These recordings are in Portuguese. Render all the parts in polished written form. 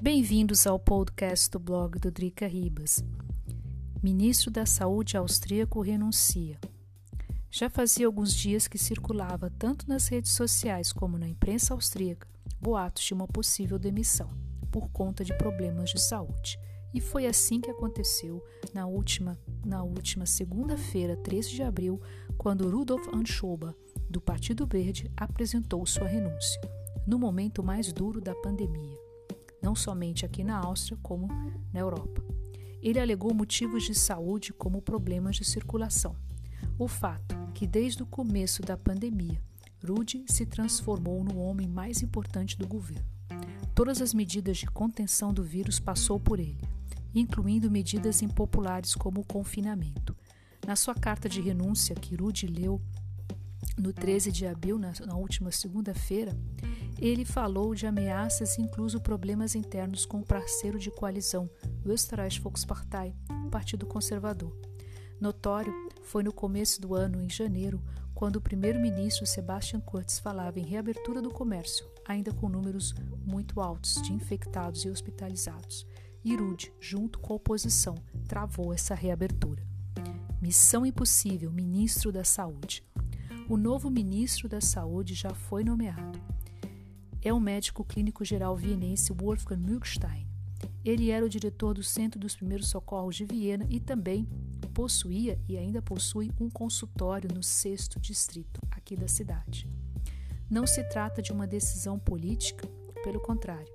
Bem-vindos ao podcast do blog do Drica Ribas. Ministro da Saúde austríaco renuncia. Já fazia alguns dias que circulava tanto nas redes sociais como na imprensa austríaca boatos de uma possível demissão por conta de problemas de saúde. E foi assim que aconteceu na última segunda-feira, 13 de abril, quando Rudolf Anschober, do Partido Verde, apresentou sua renúncia, no momento mais duro da pandemia, não somente aqui na Áustria, como na Europa. Ele alegou motivos de saúde como problemas de circulação. O fato que, desde o começo da pandemia, Rudi se transformou no homem mais importante do governo. Todas as medidas de contenção do vírus passou por ele, incluindo medidas impopulares como o confinamento. Na sua carta de renúncia, que Rudi leu no 13 de abril, na última segunda-feira, ele falou de ameaças e incluso problemas internos com o parceiro de coalizão, o Österreichische Volkspartei, o Partido Conservador. Notório foi no começo do ano, em janeiro, quando o primeiro-ministro Sebastian Kurz falava em reabertura do comércio, ainda com números muito altos de infectados e hospitalizados. E Rudi, junto com a oposição, travou essa reabertura. Missão impossível, ministro da Saúde. O novo ministro da Saúde já foi nomeado. É o médico clínico geral vienense Wolfgang Mückstein. Ele era o diretor do Centro dos Primeiros Socorros de Viena e também possuía e ainda possui um consultório no 6º distrito, aqui da cidade. Não se trata de uma decisão política, pelo contrário.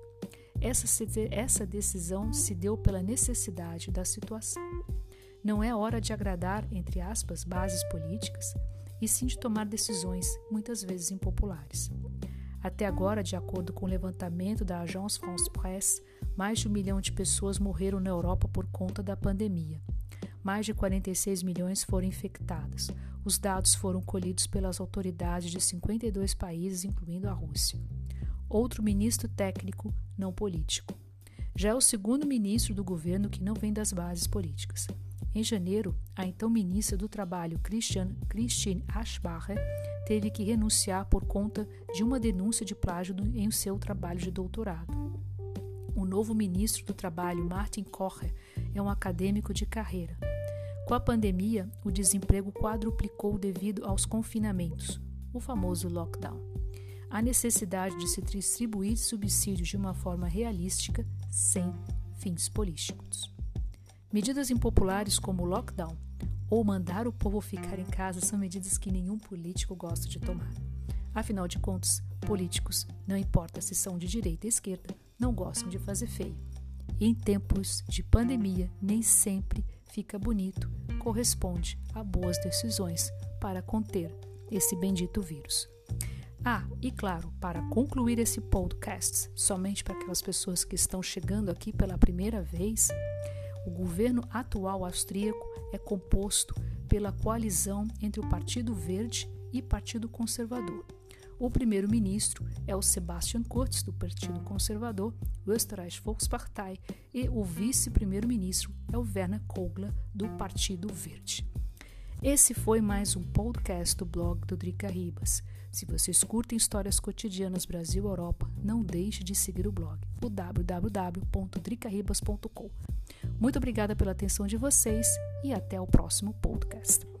Essa decisão se deu pela necessidade da situação. Não é hora de agradar, entre aspas, bases políticas, e sim de tomar decisões, muitas vezes impopulares. Até agora, de acordo com o levantamento da Agence France-Presse, mais de 1 milhão de pessoas morreram na Europa por conta da pandemia. Mais de 46 milhões foram infectadas. Os dados foram colhidos pelas autoridades de 52 países, incluindo a Rússia. Outro ministro técnico, não político. Já é o segundo ministro do governo que não vem das bases políticas. Em janeiro, a então ministra do Trabalho, Christine Aschbacher, teve que renunciar por conta de uma denúncia de plágio em seu trabalho de doutorado. O novo ministro do Trabalho, Martin Kocher, é um acadêmico de carreira. Com a pandemia, o desemprego quadruplicou devido aos confinamentos, o famoso lockdown. A necessidade de se distribuir subsídios de uma forma realística, sem fins políticos. Medidas impopulares como o lockdown ou mandar o povo ficar em casa são medidas que nenhum político gosta de tomar. Afinal de contas, políticos, não importa se são de direita ou esquerda, não gostam de fazer feio. E em tempos de pandemia, nem sempre fica bonito, corresponde a boas decisões para conter esse bendito vírus. E claro, para concluir esse podcast, somente para aquelas pessoas que estão chegando aqui pela primeira vez, o governo atual austríaco é composto pela coalizão entre o Partido Verde e Partido Conservador. O primeiro-ministro é o Sebastian Kurz, do Partido Conservador, o Österreichische Volkspartei, e o vice-primeiro-ministro é o Werner Kogler, do Partido Verde. Esse foi mais um podcast do blog do Drica Ribas. Se vocês curtem histórias cotidianas Brasil e Europa, não deixe de seguir o blog, o www.dricaribas.com. Muito obrigada pela atenção de vocês e até o próximo podcast.